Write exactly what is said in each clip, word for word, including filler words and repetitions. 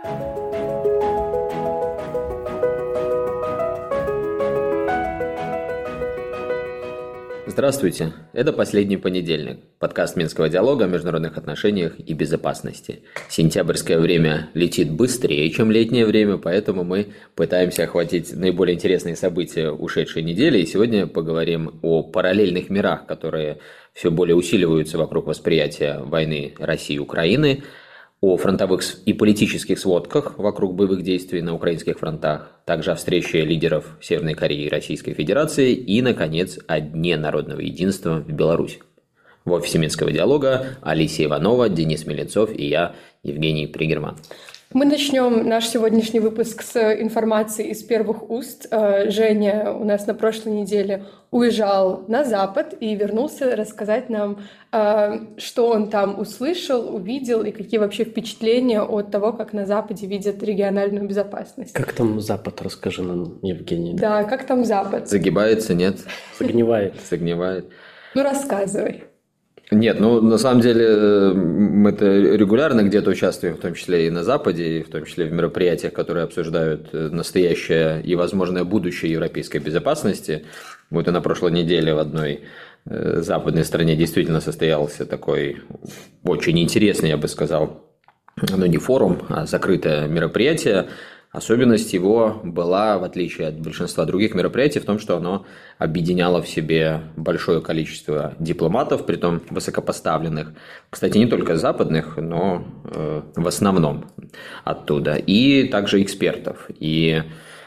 Здравствуйте, это «Последний понедельник», подкаст Минского диалога о международных отношениях и безопасности. Сентябрьское время летит быстрее, чем летнее время, поэтому мы пытаемся охватить наиболее интересные события ушедшей недели. И сегодня поговорим о параллельных мирах, которые все более усиливаются вокруг восприятия войны России и Украины, о фронтовых и политических сводках вокруг боевых действий на украинских фронтах, также о встрече лидеров Северной Кореи и Российской Федерации и, наконец, о Дне народного единства в Беларуси. В офисе Минского диалога Алисия Иванова, Денис Меленцов и я, Евгений Пригерман. Мы начнем наш сегодняшний выпуск с информации из первых уст. Женя у нас на прошлой неделе уезжал на Запад и вернулся рассказать нам, что он там услышал, увидел и какие вообще впечатления от того, как на Западе видят региональную безопасность. Как там Запад, расскажи нам, Евгений. Да, как там Запад? Загибается, нет? Загнивает. Загнивает. Ну, рассказывай. Нет, ну на самом деле мы-то регулярно где-то участвуем, в том числе и на Западе, и в том числе в мероприятиях, которые обсуждают настоящее и возможное будущее европейской безопасности. Вот и на прошлой неделе в одной западной стране действительно состоялся такой очень интересный, я бы сказал, ну не форум, а закрытое мероприятие. Особенность его была, в отличие от большинства других мероприятий, в том, что оно объединяло в себе большое количество дипломатов, притом высокопоставленных, кстати, не только западных, но э, в основном оттуда, и также экспертов. И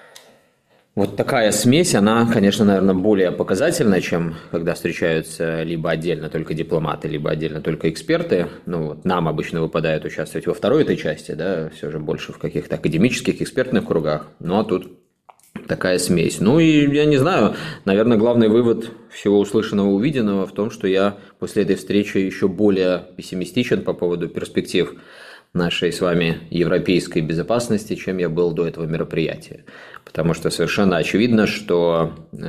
вот такая смесь, она, конечно, наверное, более показательна, чем когда встречаются либо отдельно только дипломаты, либо отдельно только эксперты. Ну, вот нам обычно выпадает участвовать во второй этой части, да, все же больше в каких-то академических, экспертных кругах. Ну, а тут такая смесь. Ну, и я не знаю, наверное, главный вывод всего услышанного, увиденного в том, что я после этой встречи еще более пессимистичен по поводу перспектив нашей с вами европейской безопасности, чем я был до этого мероприятия. Потому что совершенно очевидно, что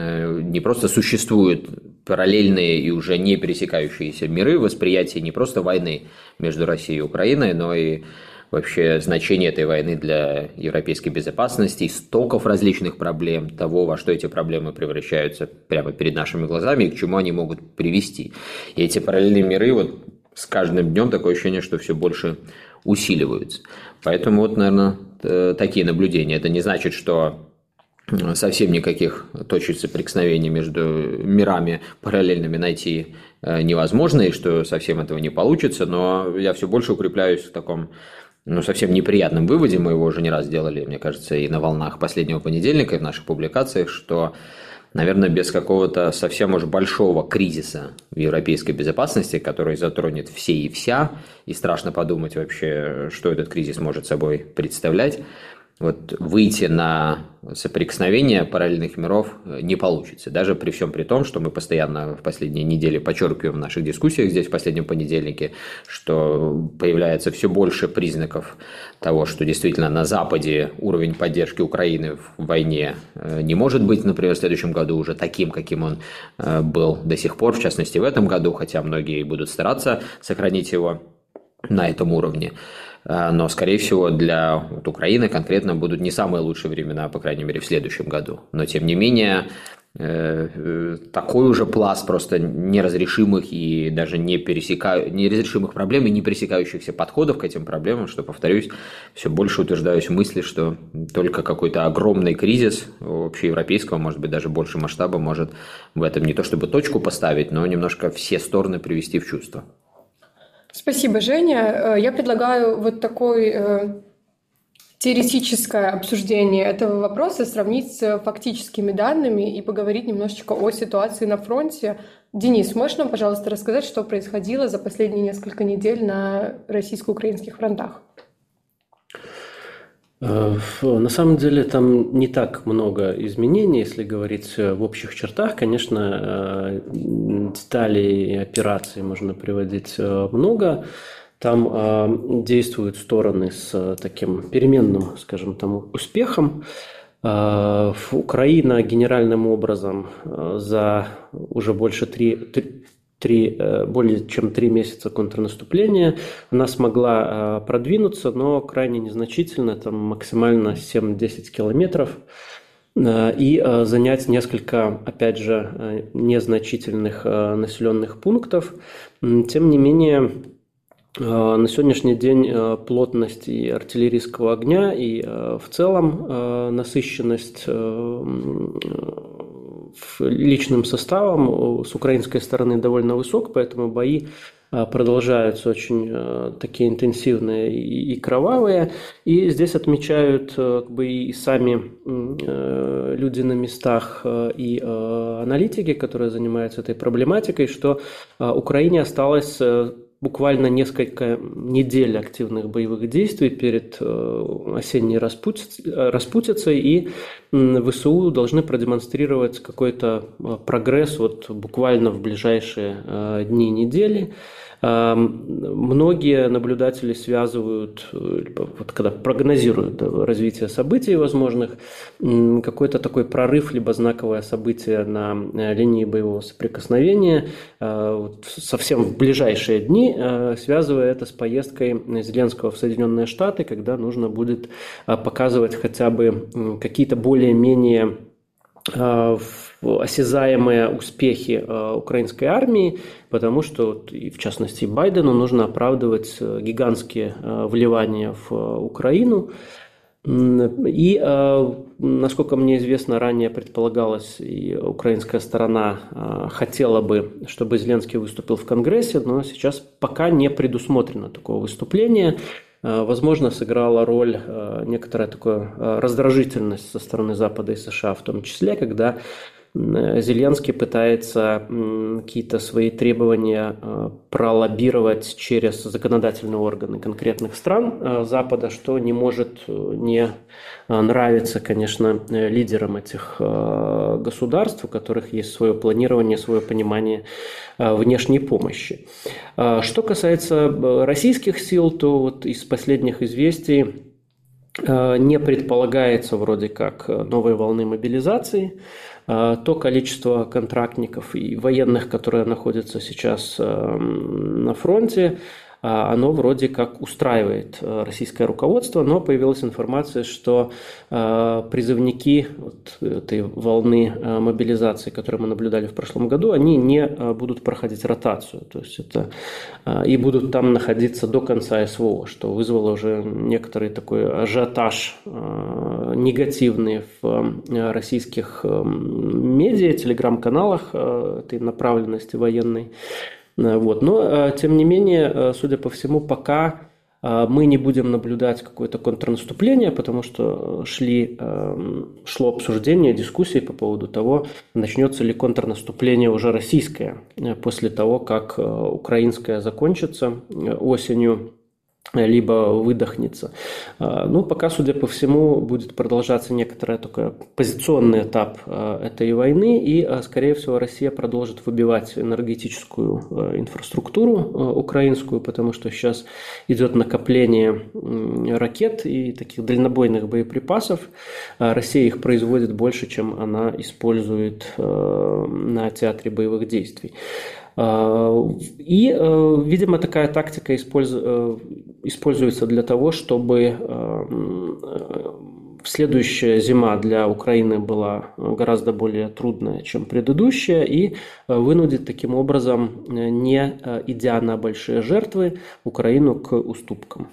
не просто существуют параллельные и уже не пересекающиеся миры восприятия не просто войны между Россией и Украиной, но и вообще значение этой войны для европейской безопасности, истоков различных проблем, того, во что эти проблемы превращаются прямо перед нашими глазами и к чему они могут привести. И эти параллельные миры, вот с каждым днем такое ощущение, что все больше усиливаются. Поэтому вот, наверное, такие наблюдения. Это не значит, что совсем никаких точек соприкосновений между мирами параллельными найти невозможно, и что совсем этого не получится, но я все больше укрепляюсь в таком, ну, совсем неприятном выводе, мы его уже не раз делали, мне кажется, и на волнах последнего понедельника, и в наших публикациях, что, наверное, без какого-то совсем уж большого кризиса в европейской безопасности, который затронет все и вся, и страшно подумать вообще, что этот кризис может собой представлять, вот выйти на соприкосновение параллельных миров не получится. Даже при всем при том, что мы постоянно в последние недели подчеркиваем в наших дискуссиях здесь в последнем понедельнике, что появляется все больше признаков того, что действительно на Западе уровень поддержки Украины в войне не может быть, например, в следующем году уже таким, каким он был до сих пор, в частности в этом году, хотя многие будут стараться сохранить его на этом уровне. Но, скорее всего, для вот, Украины конкретно будут не самые лучшие времена, по крайней мере, в следующем году. Но, тем не менее, э, такой уже пласт просто неразрешимых и даже не пересека... неразрешимых проблем и не пересекающихся подходов к этим проблемам, что, повторюсь, все больше утверждаюсь в мысли, что только какой-то огромный кризис общеевропейского, может быть, даже больше масштаба, может в этом не то чтобы точку поставить, но немножко все стороны привести в чувство. Спасибо, Женя. Я предлагаю вот такой э, теоретическое обсуждение этого вопроса сравнить с фактическими данными и поговорить немножечко о ситуации на фронте. Денис, можешь нам, пожалуйста, рассказать, что происходило за последние несколько недель на российско-украинских фронтах? На самом деле там не так много изменений, если говорить в общих чертах. Конечно, деталей операций можно приводить много. Там действуют стороны с таким переменным, скажем, там, успехом. Украина генеральным образом за уже больше три, три, более чем три месяца контрнаступления. Она смогла продвинуться, но крайне незначительно, там максимально семь-десять километров, и занять несколько, опять же, незначительных населенных пунктов. Тем не менее, на сегодняшний день плотность и артиллерийского огня, и в целом насыщенность личным составом с украинской стороны довольно высок, поэтому бои продолжаются очень такие интенсивные и кровавые. И здесь отмечают как бы и сами люди на местах, и аналитики, которые занимаются этой проблематикой, что Украине осталось буквально несколько недель активных боевых действий перед осенней распутицей, и ВСУ должны продемонстрировать какой-то прогресс вот буквально в ближайшие дни, недели. Многие наблюдатели связывают, вот когда прогнозируют развитие событий возможных, какой-то такой прорыв, либо знаковое событие на линии боевого соприкосновения совсем в ближайшие дни, связывая это с поездкой Зеленского в Соединенные Штаты, когда нужно будет показывать хотя бы какие-то более-менее осязаемые успехи украинской армии, потому что, и в частности, Байдену нужно оправдывать гигантские вливания в Украину. И, насколько мне известно, ранее предполагалось, и украинская сторона хотела бы, чтобы Зеленский выступил в Конгрессе, но сейчас пока не предусмотрено такого выступления. Возможно, сыграла роль некоторая такая раздражительность со стороны Запада и США, в том числе, когда Зеленский пытается какие-то свои требования пролоббировать через законодательные органы конкретных стран Запада, что не может не нравиться, конечно, лидерам этих государств, у которых есть свое планирование, свое понимание внешней помощи. Что касается российских сил, то вот из последних известий не предполагается вроде как новой волны мобилизации. То количество контрактников и военных, которые находятся сейчас на фронте, оно вроде как устраивает российское руководство, но появилась информация, что призывники вот этой волны мобилизации, которую мы наблюдали в прошлом году, они не будут проходить ротацию, то есть это и будут там находиться до конца СВО, что вызвало уже некоторый такой ажиотаж негативный в российских медиа, телеграм-каналах этой направленности военной. Вот. Но, тем не менее, судя по всему, пока мы не будем наблюдать какое-то контрнаступление, потому что шли, шло обсуждение, дискуссии по поводу того, начнется ли контрнаступление уже российское после того, как украинское закончится осенью, либо выдохнется. Ну, пока, судя по всему, будет продолжаться некоторый такой позиционный этап этой войны, и, скорее всего, Россия продолжит выбивать энергетическую инфраструктуру украинскую, потому что сейчас идет накопление ракет и таких дальнобойных боеприпасов. Россия их производит больше, чем она использует на театре боевых действий. И, видимо, такая тактика используется для того, чтобы следующая зима для Украины была гораздо более трудная, чем предыдущая, и вынудит таким образом, не идя на большие жертвы, Украину к уступкам.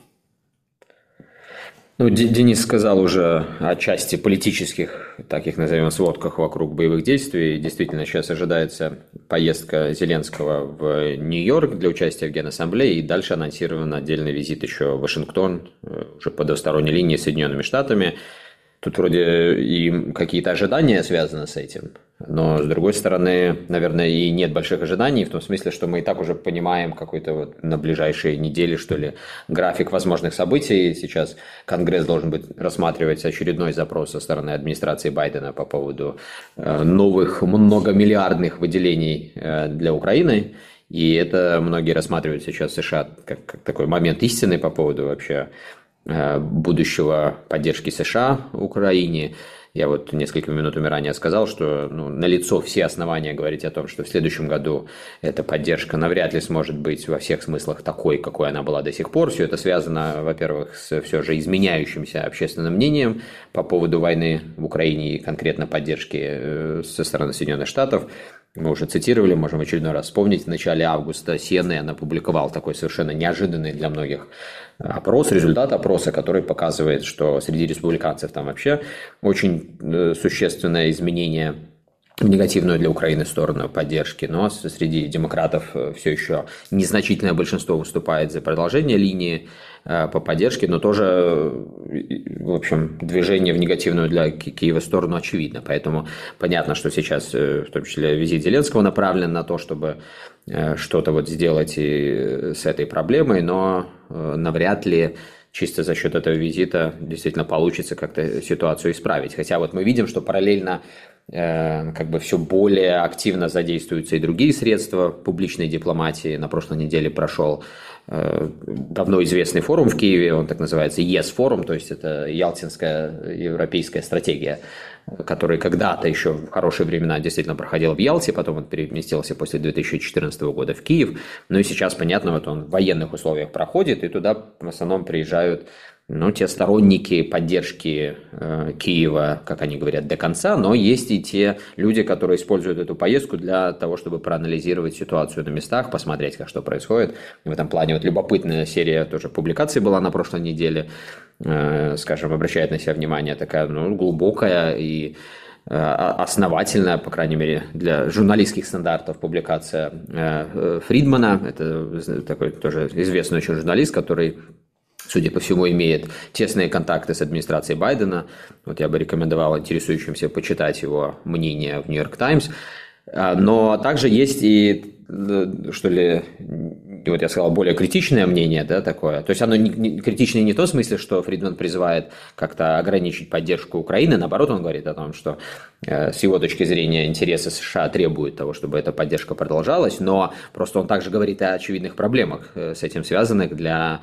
Ну, Денис сказал уже о части политических, так их назовем, сводках вокруг боевых действий. Действительно, сейчас ожидается поездка Зеленского в Нью-Йорк для участия в Генассамблее, и дальше анонсирован отдельный визит еще в Вашингтон, уже по двусторонней линии с Соединенными Штатами. Тут вроде и какие-то ожидания связаны с этим, но с другой стороны, наверное, и нет больших ожиданий, в том смысле, что мы и так уже понимаем какой-то вот на ближайшие недели, что ли, график возможных событий. Сейчас Конгресс должен быть рассматривать очередной запрос со стороны администрации Байдена по поводу новых многомиллиардных выделений для Украины. И это многие рассматривают сейчас в США как, как такой момент истины по поводу вообще будущего поддержки США Украине. Я вот несколькими минутами ранее сказал, что ну, налицо все основания говорить о том, что в следующем году эта поддержка навряд ли сможет быть во всех смыслах такой, какой она была до сих пор. Все это связано, во-первых, с все же изменяющимся общественным мнением по поводу войны в Украине и конкретно поддержки со стороны Соединенных Штатов. Мы уже цитировали, можем в очередной раз вспомнить, в начале августа си эн эн опубликовал такой совершенно неожиданный для многих опрос, результат опроса, который показывает, что среди республиканцев там вообще очень существенное изменение в негативную для Украины сторону поддержки, но среди демократов все еще незначительное большинство выступает за продолжение линии по поддержке, но тоже, в общем, движение в негативную для Киева сторону очевидно. Поэтому понятно, что сейчас, в том числе, визит Зеленского направлен на то, чтобы что-то вот сделать и с этой проблемой, но навряд ли чисто за счет этого визита действительно получится как-то ситуацию исправить. Хотя вот мы видим, что параллельно э, как бы все более активно задействуются и другие средства публичной дипломатии. На прошлой неделе прошел э, давно известный форум в Киеве, он так называется ЕС-форум, то есть это Ялтинская европейская стратегия, который когда-то еще в хорошие времена действительно проходил в Ялте, потом он переместился после две тысячи четырнадцатого года в Киев, ну и сейчас, понятно, вот он в военных условиях проходит, и туда в основном приезжают ну, те сторонники поддержки э, Киева, как они говорят, до конца, но есть и те люди, которые используют эту поездку для того, чтобы проанализировать ситуацию на местах, посмотреть, как что происходит. В этом плане вот любопытная серия тоже публикаций была на прошлой неделе, э, скажем, обращает на себя внимание такая ну, глубокая и э, основательная, по крайней мере, для журналистских стандартов публикация э, Фридмана, это такой тоже известный очень журналист, который, судя по всему, имеет тесные контакты с администрацией Байдена. Вот я бы рекомендовал интересующимся почитать его мнение в «Нью-Йорк Таймс». Но также есть и, что ли, вот я сказал, более критичное мнение, да, такое. То есть оно не, не, критичное не в том смысле, что Фридман призывает как-то ограничить поддержку Украины. Наоборот, он говорит о том, что э, с его точки зрения интересы США требуют того, чтобы эта поддержка продолжалась. Но просто он также говорит о очевидных проблемах э, с этим связанных для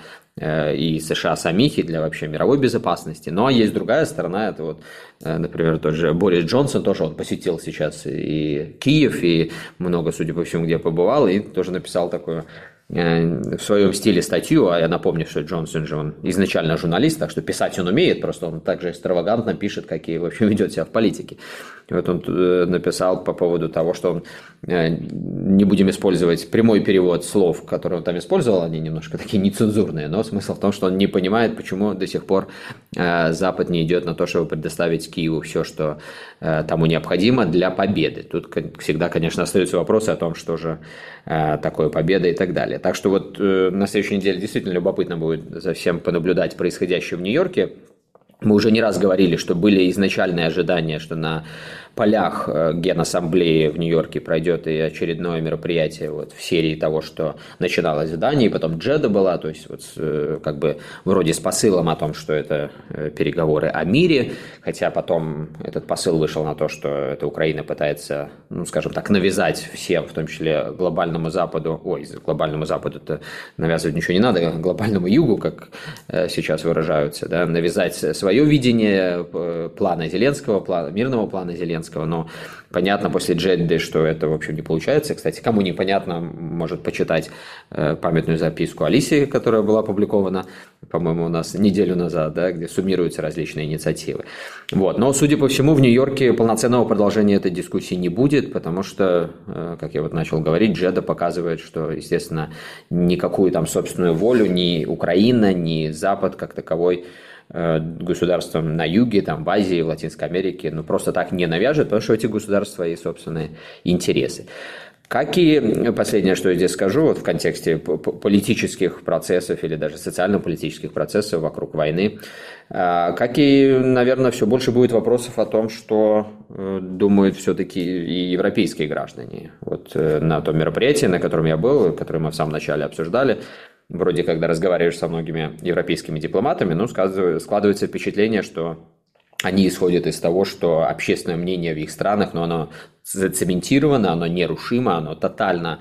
и США самих, и для вообще мировой безопасности. Но есть другая сторона, это вот, например, тот же Борис Джонсон, тоже он посетил сейчас и Киев, и много, судя по всему, где побывал, и тоже написал такую в своем стиле статью, а я напомню, что Джонсон же он изначально журналист, так что писать он умеет, просто он также экстравагантно пишет, как и вообще ведет себя в политике. И вот он написал по поводу того, что он, не будем использовать прямой перевод слов, которые он там использовал, они немножко такие нецензурные, но смысл в том, что он не понимает, почему до сих пор Запад не идет на то, чтобы предоставить Киеву все, что тому необходимо для победы. Тут всегда, конечно, остаются вопросы о том, что же такое победа и так далее. Так что вот на следующей неделе действительно любопытно будет за всем понаблюдать происходящее в Нью-Йорке. Мы уже не раз говорили, что были изначальные ожидания, что на полях Генассамблеи в Нью-Йорке пройдет и очередное мероприятие вот в серии того, что начиналось в Дании, потом Джеда была, то есть вот как бы вроде с посылом о том, что это переговоры о мире, хотя потом этот посыл вышел на то, что эта Украина пытается, ну скажем так, навязать всем, в том числе глобальному Западу, ой, глобальному Западу-то навязывать ничего не надо, глобальному Югу, как сейчас выражаются, да, навязать свое видение плана Зеленского, плана, мирного плана Зеленского. Но понятно после Джедды, что это, в общем, не получается. Кстати, кому непонятно, может почитать памятную записку Алисии, которая была опубликована, по-моему, у нас неделю назад, да, где суммируются различные инициативы. Вот. Но, судя по всему, в Нью-Йорке полноценного продолжения этой дискуссии не будет, потому что, как я вот начал говорить, Джедда показывает, что, естественно, никакую там собственную волю ни Украина, ни Запад как таковой государствам на юге, там, в Азии, в Латинской Америке, ну, просто так не навяжет, потому что у этих государств свои собственные интересы. Как и последнее, что я здесь скажу, вот в контексте политических процессов или даже социально-политических процессов вокруг войны, как и, наверное, все больше будет вопросов о том, что думают все-таки и европейские граждане. Вот на том мероприятии, на котором я был, которое мы в самом начале обсуждали, вроде когда разговариваешь со многими европейскими дипломатами, ну, складывается впечатление, что они исходят из того, что общественное мнение в их странах, но оно зацементировано, оно нерушимо, оно тотально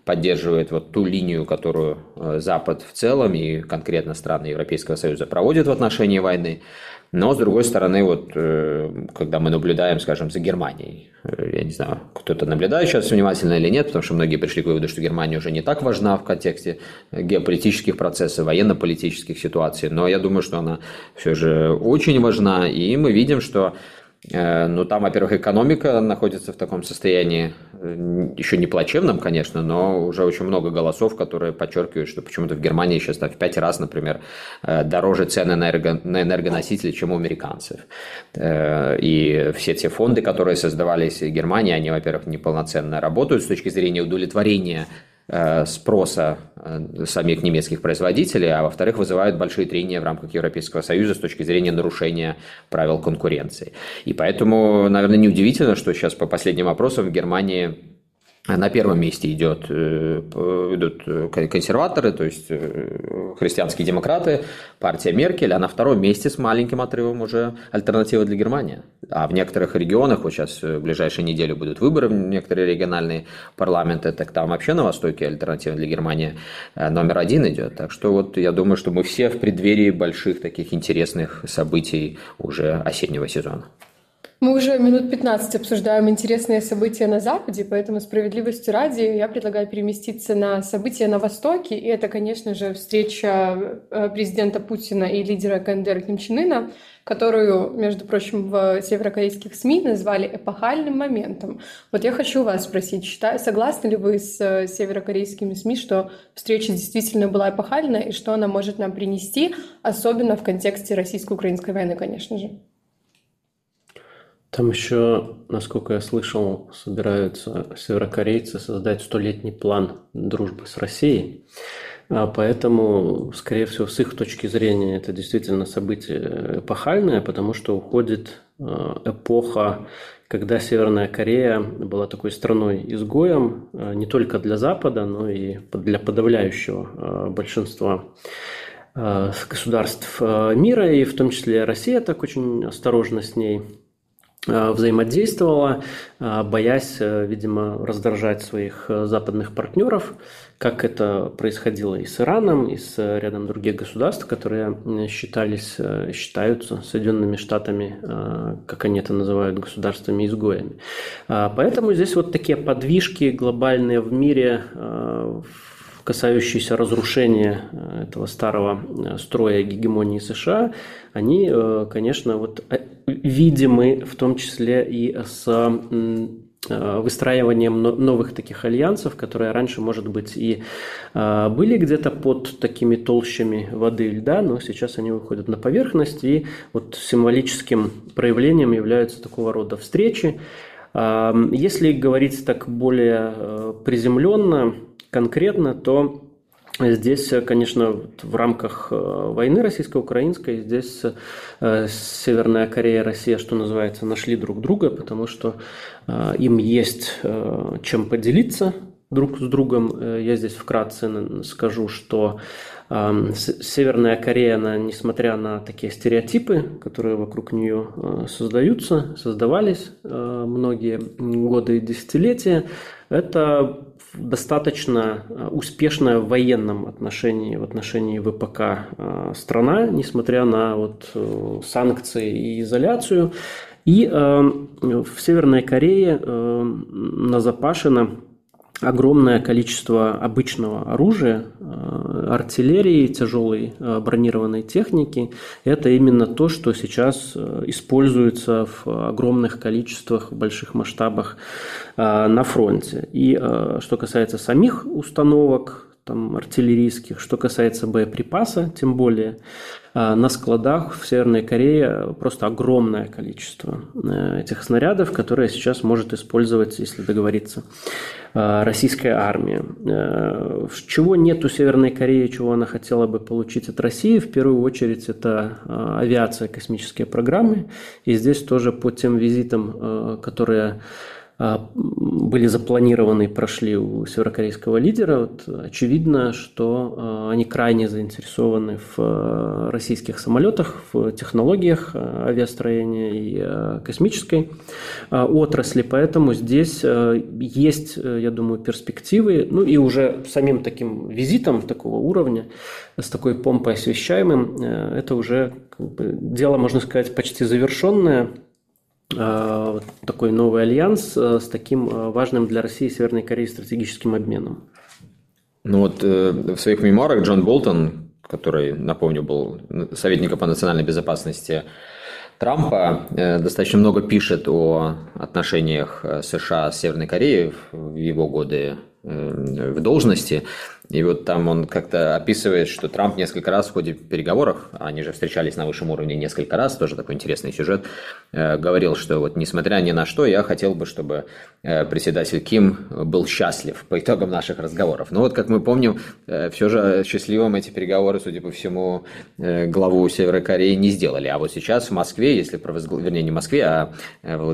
поддерживает вот ту линию, которую Запад в целом и конкретно страны Европейского Союза проводят в отношении войны. Но, с другой стороны, вот, когда мы наблюдаем, скажем, за Германией, я не знаю, кто-то наблюдает сейчас внимательно или нет, потому что многие пришли к выводу, что Германия уже не так важна в контексте геополитических процессов, военно-политических ситуаций, но я думаю, что она все же очень важна, и мы видим, что ну, там, во-первых, экономика находится в таком состоянии, еще не плачевном, конечно, но уже очень много голосов, которые подчеркивают, что почему-то в Германии сейчас так, в пять раз, например, дороже цены на, энерго, на энергоносители, чем у американцев. И все те фонды, которые создавались в Германии, они, во-первых, неполноценно работают с точки зрения удовлетворения спроса самих немецких производителей, а во-вторых, вызывают большие трения в рамках Европейского Союза с точки зрения нарушения правил конкуренции. И поэтому, наверное, неудивительно, что сейчас по последним опросам в Германии на первом месте идет, идут консерваторы, то есть христианские демократы, партия Меркель, а на втором месте с маленьким отрывом уже альтернатива для Германии. А в некоторых регионах, вот сейчас в ближайшую неделю будут выборы в некоторые региональные парламенты, так там вообще на Востоке альтернатива для Германии номер один идет. Так что вот я думаю, что мы все в преддверии больших таких интересных событий уже осеннего сезона. Мы уже минут пятнадцать обсуждаем интересные события на Западе, поэтому справедливости ради я предлагаю переместиться на события на Востоке. И это, конечно же, встреча президента Путина и лидера КНДР Ким Чен Ына, которую, между прочим, в северокорейских СМИ назвали эпохальным моментом. Вот я хочу вас спросить, считаю, согласны ли вы с северокорейскими СМИ, что встреча действительно была эпохальная и что она может нам принести, особенно в контексте российско-украинской войны, конечно же? Там еще, насколько я слышал, собираются северокорейцы создать столетний план дружбы с Россией. Поэтому, скорее всего, с их точки зрения это действительно событие эпохальное, потому что уходит эпоха, когда Северная Корея была такой страной-изгоем не только для Запада, но и для подавляющего большинства государств мира, и в том числе Россия так очень осторожно с ней взаимодействовала, боясь, видимо, раздражать своих западных партнеров, как это происходило и с Ираном, и с рядом других государств, которые считались, считаются Соединенными Штатами, как они это называют, государствами-изгоями. Поэтому здесь вот такие подвижки глобальные в мире, касающиеся разрушения этого старого строя гегемонии США, они, конечно, вот видимы в том числе и с выстраиванием новых таких альянсов, которые раньше, может быть, и были где-то под такими толщами воды и льда, но сейчас они выходят на поверхность, и вот символическим проявлением являются такого рода встречи. Если говорить так более приземленно, конкретно, то здесь, конечно, в рамках войны российско-украинской, здесь Северная Корея и Россия, что называется, нашли друг друга, потому что им есть чем поделиться друг с другом. Я здесь вкратце скажу, что Северная Корея, она, несмотря на такие стереотипы, которые вокруг нее создаются, создавались многие годы и десятилетия, это достаточно успешная в военном отношении, в отношении ВПК страна, несмотря на вот санкции и изоляцию. И в Северной Корее назапашено огромное количество обычного оружия, артиллерии, тяжелой бронированной техники. Это именно то, что сейчас используется в огромных количествах, в больших масштабах на фронте. И что касается самих установок, там, артиллерийских, что касается боеприпаса, тем более на складах в Северной Корее просто огромное количество этих снарядов, которые сейчас может использовать, если договориться, российская армия. Чего нет у Северной Кореи, чего она хотела бы получить от России, в первую очередь это авиация, космические программы. И здесь тоже по тем визитам, которые были запланированы и прошли у северокорейского лидера, вот очевидно, что они крайне заинтересованы в российских самолетах, в технологиях авиастроения и космической отрасли, поэтому здесь есть, я думаю, перспективы, ну и уже самим таким визитом такого уровня, с такой помпой освещаемым, это уже как бы дело, можно сказать, почти завершенное. Такой новый альянс с таким важным для России и Северной Кореи стратегическим обменом. Ну вот в своих мемуарах Джон Болтон, который, напомню, был советником по национальной безопасности Трампа, достаточно много пишет о отношениях США с Северной Кореей в его годы в должности. И вот там он как-то описывает, что Трамп несколько раз в ходе переговоров, они же встречались на высшем уровне несколько раз, тоже такой интересный сюжет, говорил, что вот несмотря ни на что, я хотел бы, чтобы председатель Ким был счастлив по итогам наших разговоров. Но вот, как мы помним, все же счастливым эти переговоры, судя по всему, главу Северной Кореи не сделали. А вот сейчас в Москве, если провозгл... вернее, не в Москве, а в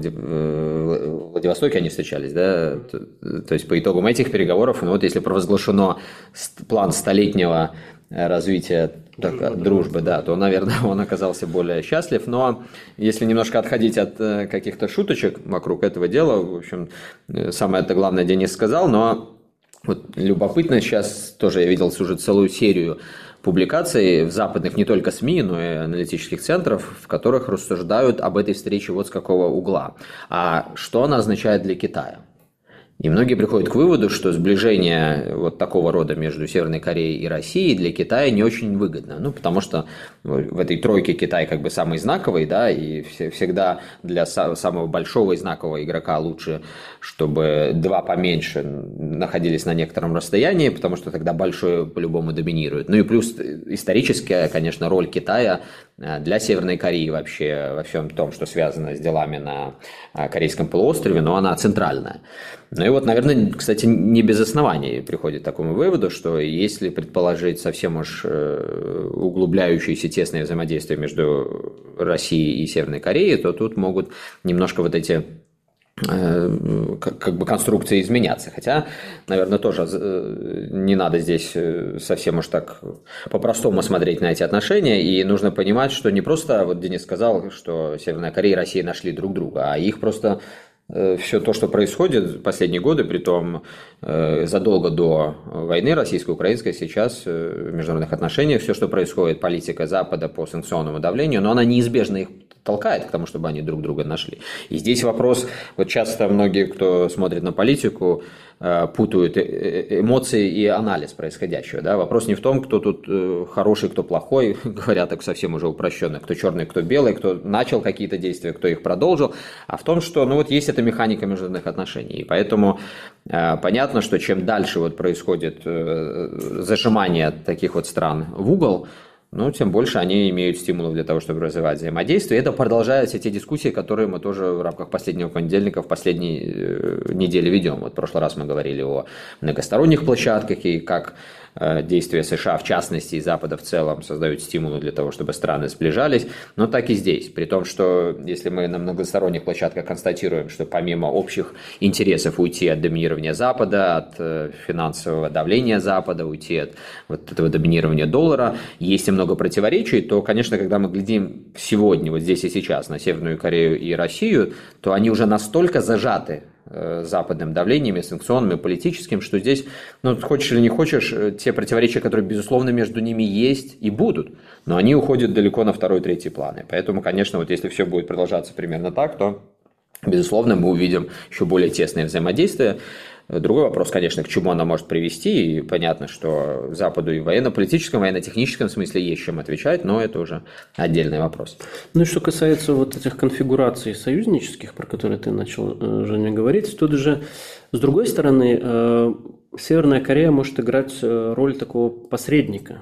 Владивостоке они встречались, да, то есть по итогам этих переговоров, ну вот если провозглашено план столетнего развития дружбы, так, дружбы, да, то, наверное, он оказался более счастлив. Но если немножко отходить от каких-то шуточек вокруг этого дела, в общем, самое это главное Денис сказал, но вот любопытно сейчас тоже я видел уже целую серию публикаций в западных не только СМИ, но и аналитических центров, в которых рассуждают об этой встрече вот с какого угла. А что она означает для Китая? И многие приходят к выводу, что сближение вот такого рода между Северной Кореей и Россией для Китая не очень выгодно. Ну, потому что в этой тройке Китай как бы самый знаковый, да, и всегда для самого большого и знакового игрока лучше, чтобы два поменьше находились на некотором расстоянии, потому что тогда большой по-любому доминирует. Ну и плюс историческая, конечно, роль Китая для Северной Кореи вообще во всем том, что связано с делами на Корейском полуострове, но она центральная. Ну и вот, наверное, кстати, не без оснований приходит к такому выводу, что если предположить совсем уж углубляющееся тесное взаимодействие между Россией и Северной Кореей, то тут могут немножко вот эти как бы конструкции изменяться. Хотя, наверное, тоже не надо здесь совсем уж так по-простому смотреть на эти отношения, и нужно понимать, что не просто, вот Денис сказал, что Северная Корея и Россия нашли друг друга, а их просто все то, что происходит в последние годы, притом задолго до войны российско-украинской, сейчас в международных отношениях, все, что происходит, политика Запада по санкционному давлению, но она неизбежно их толкает к тому, чтобы они друг друга нашли. И здесь вопрос, вот часто многие, кто смотрит на политику, путают эмоции и анализ происходящего. Да? Вопрос не в том, кто тут хороший, кто плохой, говоря так совсем уже упрощенно, кто черный, кто белый, кто начал какие-то действия, кто их продолжил, а в том, что ну, вот есть эта механика международных отношений. И поэтому э, понятно, что чем дальше вот происходит э, зажимание таких вот стран в угол, ну, тем больше они имеют стимулов для того, чтобы развивать взаимодействие. И это продолжаются те дискуссии, которые мы тоже в рамках последнего понедельника в последней э, неделе ведем. Вот в прошлый раз мы говорили о многосторонних площадках и как э, действия США, в частности, и Запада в целом, создают стимулы для того, чтобы страны сближались. Но так и здесь. При том, что если мы на многосторонних площадках констатируем, что помимо общих интересов уйти от доминирования Запада, от э, финансового давления Запада, уйти от вот этого доминирования доллара, есть и много противоречий, то, конечно, когда мы глядим сегодня, вот здесь и сейчас, на Северную Корею и Россию, то они уже настолько зажаты э, западным давлением, и санкционным, и политическим, что здесь, ну, хочешь или не хочешь, те противоречия, которые, безусловно, между ними есть и будут, но они уходят далеко на второй, третий планы. Поэтому, конечно, вот если все будет продолжаться примерно так, то, безусловно, мы увидим еще более тесное взаимодействие. Другой вопрос, конечно, к чему она может привести, и понятно, что Западу и в военно-политическом, военно-техническом смысле есть чем отвечать, но это уже отдельный вопрос. Ну и что касается вот этих конфигураций союзнических, про которые ты начал, Женя, говорить, тут же, с другой стороны, Северная Корея может играть роль такого посредника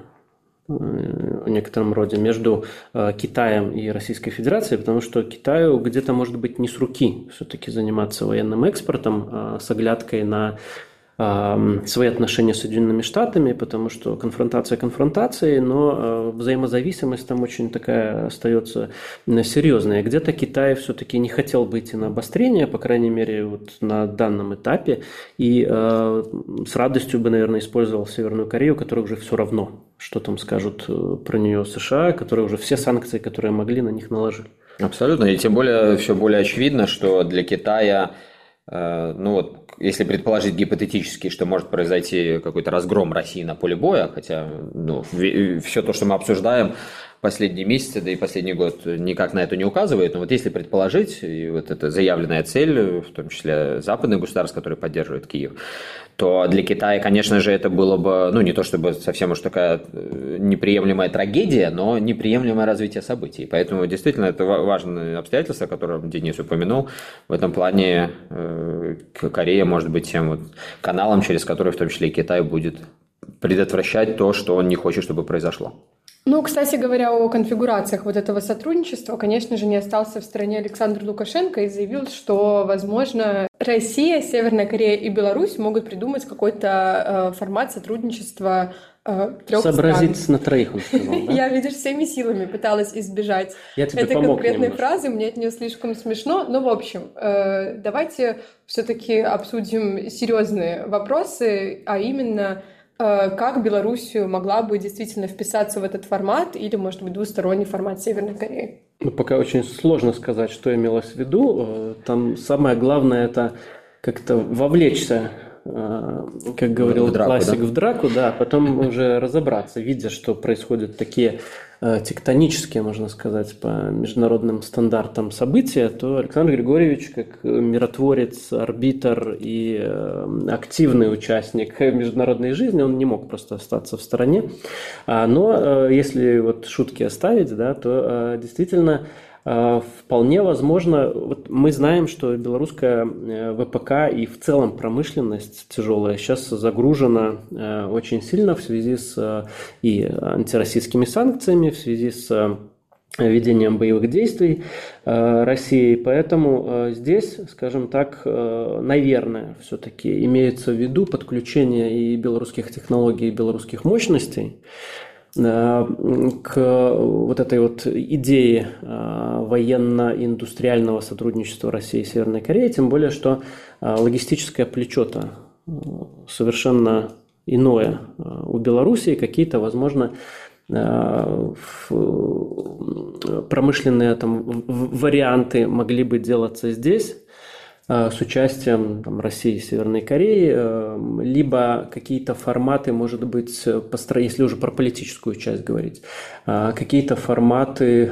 в некотором роде между Китаем и Российской Федерацией, потому что Китаю где-то может быть не с руки все-таки заниматься военным экспортом с оглядкой на свои отношения с Соединенными Штатами, потому что конфронтация конфронтацией, но взаимозависимость там очень такая остается серьезная. Где-то Китай все-таки не хотел бы идти на обострение, по крайней мере, вот на данном этапе, и э, с радостью бы, наверное, использовал Северную Корею, которой уже все равно, что там скажут про нее США, которые уже все санкции, которые могли, на них наложили. Абсолютно, и тем более все более очевидно, что для Китая, э, ну вот, если предположить гипотетически, что может произойти какой-то разгром России на поле боя, хотя ну, все то, что мы обсуждаем последние месяцы, да и последний год никак на это не указывает, но вот если предположить, и вот это заявленная цель, в том числе западных государств, которые поддерживают Киев, то для Китая, конечно же, это было бы, ну, не то чтобы совсем уж такая неприемлемая трагедия, но неприемлемое развитие событий. Поэтому действительно это важное обстоятельство, о котором Денис упомянул. В этом плане Корея может быть тем вот каналом, через который в том числе и Китай будет предотвращать то, что он не хочет, чтобы произошло. Ну, кстати говоря, о конфигурациях вот этого сотрудничества, конечно же, не остался в стороне Александр Лукашенко и заявил, что, возможно, Россия, Северная Корея и Беларусь могут придумать какой-то э, формат сотрудничества э, трех стран. Сообразить на троих, он сказал, да? Я, видишь, всеми силами пыталась избежать этой конкретной фразы, мне от нее слишком смешно. Но, в общем, э, давайте все-таки обсудим серьезные вопросы, а именно... как Белоруссия могла бы действительно вписаться в этот формат или, может быть, двусторонний формат Северной Кореи? Ну, пока очень сложно сказать, что имелось в виду. Там самое главное – это как-то вовлечься, как говорил в драку, классик, да? в драку, да, потом уже разобраться, видя, что происходят такие тектонические, можно сказать, по международным стандартам события, то Александр Григорьевич, как миротворец, арбитр и активный участник международной жизни, он не мог просто остаться в стороне. Но если вот шутки оставить, да, то действительно вполне возможно, вот мы знаем, что белорусская ВПК и в целом промышленность тяжелая сейчас загружена очень сильно в связи с и антироссийскими санкциями, в связи с ведением боевых действий России. Поэтому здесь, скажем так, наверное, все-таки имеется в виду подключение и белорусских технологий, и белорусских мощностей к вот этой вот идее военно-индустриального сотрудничества России и Северной Кореи, тем более, что логистическое плечо-то совершенно иное у Белоруссии, какие-то, возможно, промышленные там варианты могли бы делаться здесь, с участием там, России и Северной Кореи, либо какие-то форматы, может быть, постро... если уже про политическую часть говорить, какие-то форматы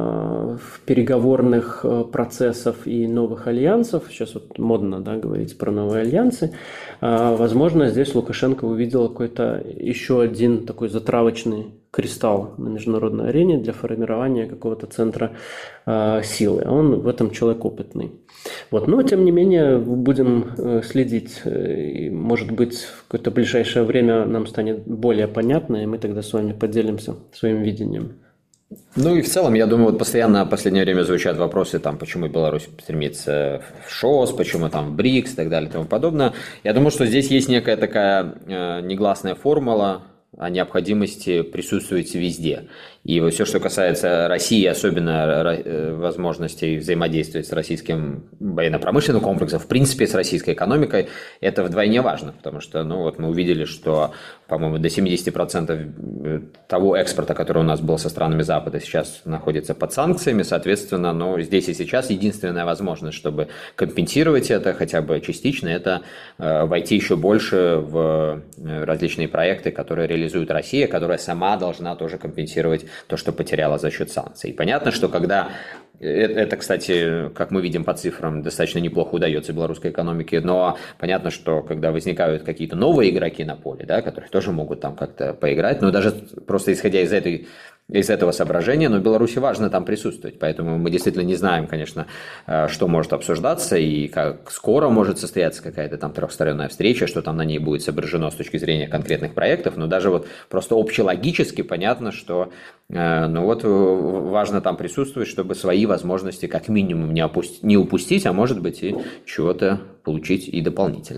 переговорных процессов и новых альянсов, сейчас вот модно, да, говорить про новые альянсы, возможно, здесь Лукашенко увидел какой-то еще один такой затравочный кристалл на международной арене для формирования какого-то центра э, силы. Он в этом человек опытный. Вот. Но, тем не менее, будем э, следить. И, может быть, в какое-то ближайшее время нам станет более понятно, и мы тогда с вами поделимся своим видением. Ну и в целом, я думаю, вот постоянно в последнее время звучат вопросы, там, почему Беларусь стремится в ШОС, почему там в БРИКС и так далее и тому подобное. Я думаю, что здесь есть некая такая э, негласная формула о необходимости присутствовать везде. И вот все, что касается России, особенно возможностей взаимодействовать с российским военно-промышленным комплексом, в принципе, с российской экономикой, это вдвойне важно, потому что, ну, вот мы увидели, что, по-моему, до семьдесят процентов того экспорта, который у нас был со странами Запада, сейчас находится под санкциями, соответственно, ну, здесь и сейчас единственная возможность, чтобы компенсировать это хотя бы частично, это э, войти еще больше в различные проекты, которые реализует Россия, которая сама должна тоже компенсировать то, что потеряла за счет санкций. И понятно, что когда... Это, кстати, как мы видим по цифрам, достаточно неплохо удается белорусской экономике, но понятно, что когда возникают какие-то новые игроки на поле, да, которые тоже могут там как-то поиграть, но даже просто исходя из этой из этого соображения, но Беларуси важно там присутствовать, поэтому мы действительно не знаем, конечно, что может обсуждаться и как скоро может состояться какая-то там трехсторонняя встреча, что там на ней будет соображено с точки зрения конкретных проектов, но даже вот просто общелогически понятно, что ну вот важно там присутствовать, чтобы свои возможности как минимум не, опусти, не упустить, а может быть и чего-то получить и дополнительно.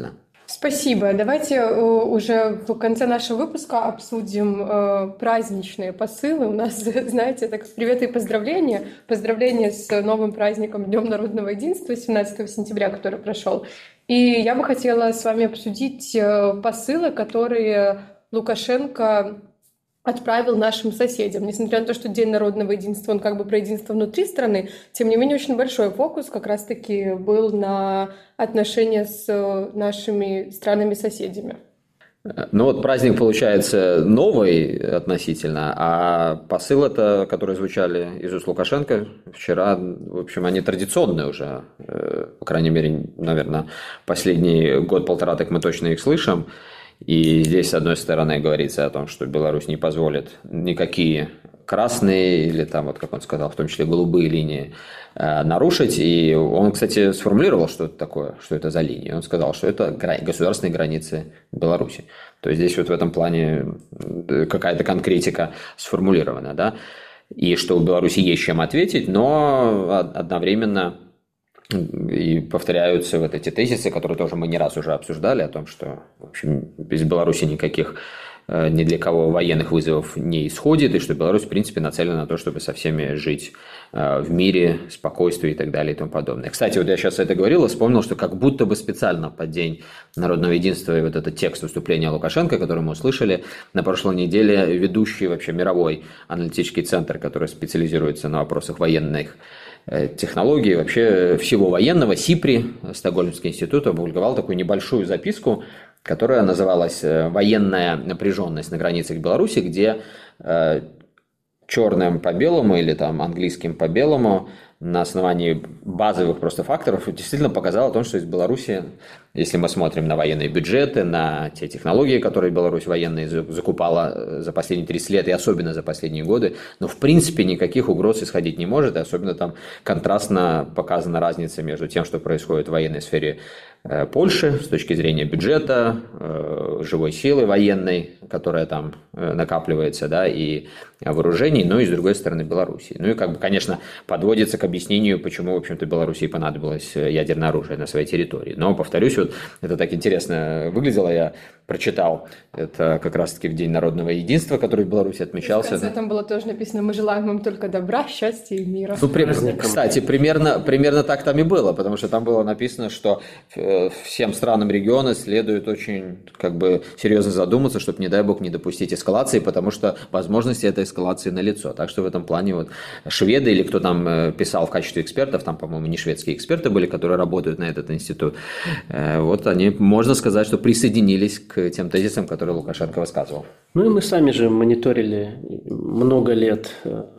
Спасибо. Давайте э, уже в конце нашего выпуска обсудим э, праздничные посылы. У нас, знаете, это как приветы и поздравления. Поздравления с новым праздником Днем народного единства семнадцатого сентября, который прошел. И я бы хотела с вами обсудить э, посылы, которые Лукашенко отправил нашим соседям. Несмотря на то, что День народного единства, он как бы про единство внутри страны, тем не менее очень большой фокус как раз-таки был на отношения с нашими странами-соседями. Ну вот праздник получается новый относительно, а посыл это, которые звучали из уст Лукашенко вчера, в общем, они традиционные уже, по крайней мере, наверное, последний год-полтора так мы точно их слышим. И здесь, с одной стороны, говорится о том, что Беларусь не позволит никакие красные или там, вот как он сказал, в том числе голубые линии э, нарушить. И он, кстати, сформулировал, что это такое, что это за линии. Он сказал, что это гра- государственные границы Беларуси. То есть здесь вот в этом плане какая-то конкретика сформулирована, да. И что у Беларуси есть чем ответить, но одновременно и повторяются вот эти тезисы, которые тоже мы не раз уже обсуждали, о том, что, в общем, без Беларуси никаких ни для кого военных вызовов не исходит, и что Беларусь, в принципе, нацелена на то, чтобы со всеми жить в мире, спокойствии и так далее и тому подобное. Кстати, вот я сейчас это говорил и вспомнил, что как будто бы специально под День народного единства и вот этот текст выступления Лукашенко, который мы услышали на прошлой неделе, ведущий вообще мировой аналитический центр, который специализируется на вопросах военных технологий, вообще всего военного, СИПРИ, Стокгольмский институт, опубликовал такую небольшую записку, которая называлась «Военная напряженность на границах Беларуси», где черным по белому или там английским по белому на основании базовых просто факторов действительно показало о том, что из Беларуси, если мы смотрим на военные бюджеты, на те технологии, которые Беларусь военные закупала за последние тридцать лет и особенно за последние годы, но в принципе никаких угроз исходить не может, и особенно там контрастно показана разница между тем, что происходит в военной сфере Польши с точки зрения бюджета, живой силы военной, которая там накапливается, да, и вооружений, но и с другой стороны Белоруссии. Ну и, как бы, конечно, подводится к объяснению, почему, в общем-то, Белоруссии понадобилось ядерное оружие на своей территории. Но, повторюсь, вот это так интересно выглядело, я прочитал это как раз-таки в День народного единства, который в Беларуси отмечался. В конце там было тоже написано: мы желаем вам только добра, счастья и мира. Ну, при... Кстати, примерно, примерно так там и было, потому что там было написано, что всем странам региона следует очень как бы серьезно задуматься, чтобы, не дай бог, не допустить эскалации, потому что возможности этой эскалации налицо. Так что в этом плане вот шведы или кто там писал в качестве экспертов, там, по-моему, не шведские эксперты были, которые работают на этот институт, вот они, можно сказать, что присоединились к тем тезисам, которые Лукашенко высказывал. Ну и мы сами же мониторили много лет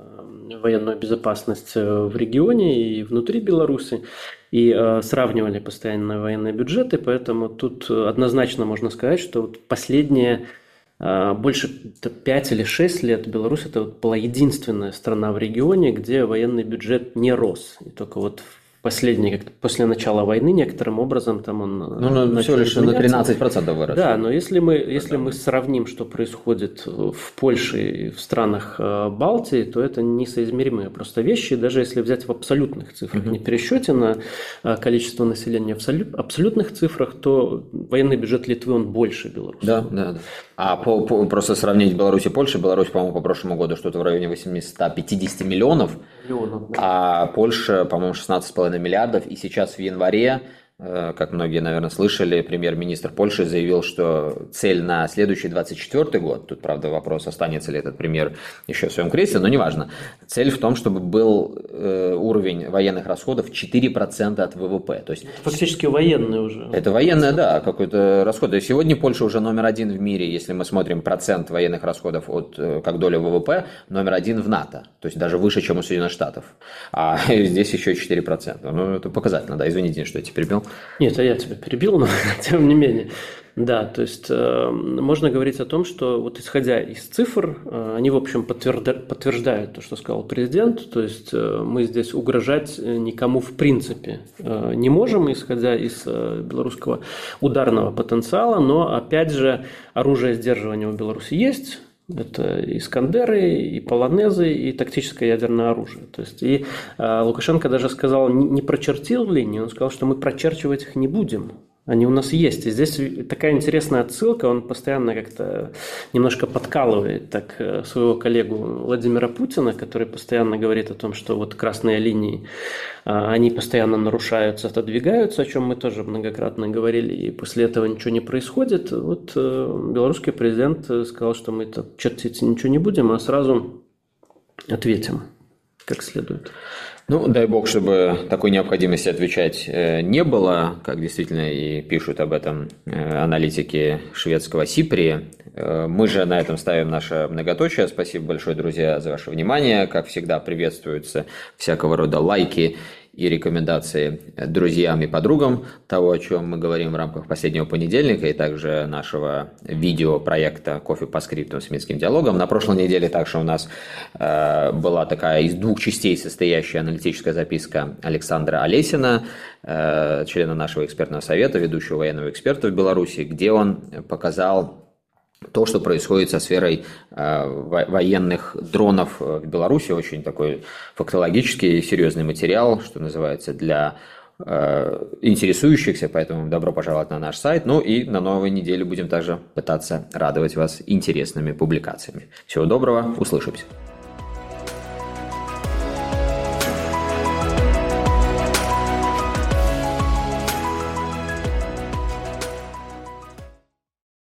военную безопасность в регионе и внутри Беларуси, и э, сравнивали постоянно военные бюджеты, поэтому тут однозначно можно сказать, что вот последние э, больше пять или шесть лет Беларусь это вот была единственная страна в регионе, где военный бюджет не рос, и только вот последний, как после начала войны, некоторым образом там он ну, ну, всего лишь на тринадцать процентов вырос. Да, но если мы, если мы сравним, что происходит в Польше и в странах Балтии, то это несоизмеримые просто вещи. Даже если взять в абсолютных цифрах, uh-huh. не пересчете на количество населения, в абсолютных цифрах, то военный бюджет Литвы, он больше Беларуси. Да, да, да. А по, по, просто сравнить Беларусь и Польшу, Беларусь, по-моему, по прошлому году что-то в районе восемьсот пятьдесят миллионов, миллионов да. А Польша, по-моему, шестнадцать с половиной миллиардов, и сейчас в январе, как многие, наверное, слышали, премьер-министр Польши заявил, что цель на следующий двадцать четвёртый год, тут, правда, вопрос, останется ли этот премьер еще в своем кресле, но неважно, цель в том, чтобы был уровень военных расходов четыре процента от ВВП. То есть, фактически военные уже. Это военные, да, какой-то расход. И сегодня Польша уже номер один в мире, если мы смотрим процент военных расходов от, как доля ВВП, номер один в НАТО, то есть даже выше, чем у Соединенных Штатов. А здесь еще четыре процента. Ну, это показательно, да, извините, что я тебя перебил. Нет, а я тебя перебил, но тем не менее. Да, то есть э, можно говорить о том, что вот исходя из цифр, э, они, в общем, подтвержда, подтверждают то, что сказал президент, то есть э, мы здесь угрожать никому в принципе э, не можем, исходя из э, белорусского ударного потенциала, но, опять же, оружие сдерживания у Беларуси есть. Это Искандеры, и полонезы, и тактическое ядерное оружие. То есть, и э, Лукашенко даже сказал, не, не прочертил линии, он сказал, что мы прочерчивать их не будем. Они у нас есть. И здесь такая интересная отсылка, он постоянно как-то немножко подкалывает так своего коллегу Владимира Путина, который постоянно говорит о том, что вот красные линии, они постоянно нарушаются, отодвигаются, о чем мы тоже многократно говорили, и после этого ничего не происходит. Вот белорусский президент сказал, что мы это чертить ничего не будем, а сразу ответим как следует. Ну, дай бог, чтобы такой необходимости отвечать не было, как действительно и пишут об этом аналитики шведского Сипри. Мы же на этом ставим наше многоточие. Спасибо большое, друзья, за ваше внимание. Как всегда, приветствуются всякого рода лайки и рекомендации друзьям и подругам того, о чем мы говорим в рамках последнего понедельника и также нашего видеопроекта «Кофе по скриптам» с Минским диалогом. На прошлой неделе также у нас э, была такая из двух частей состоящая аналитическая записка Александра Олесина, э, члена нашего экспертного совета, ведущего военного эксперта в Беларуси, где он показал то, что происходит со сферой э, военных дронов в Беларуси. Очень такой фактологический серьезный материал, что называется, для э, интересующихся, поэтому добро пожаловать на наш сайт. Ну и на новой неделе будем также пытаться радовать вас интересными публикациями. Всего доброго, услышимся.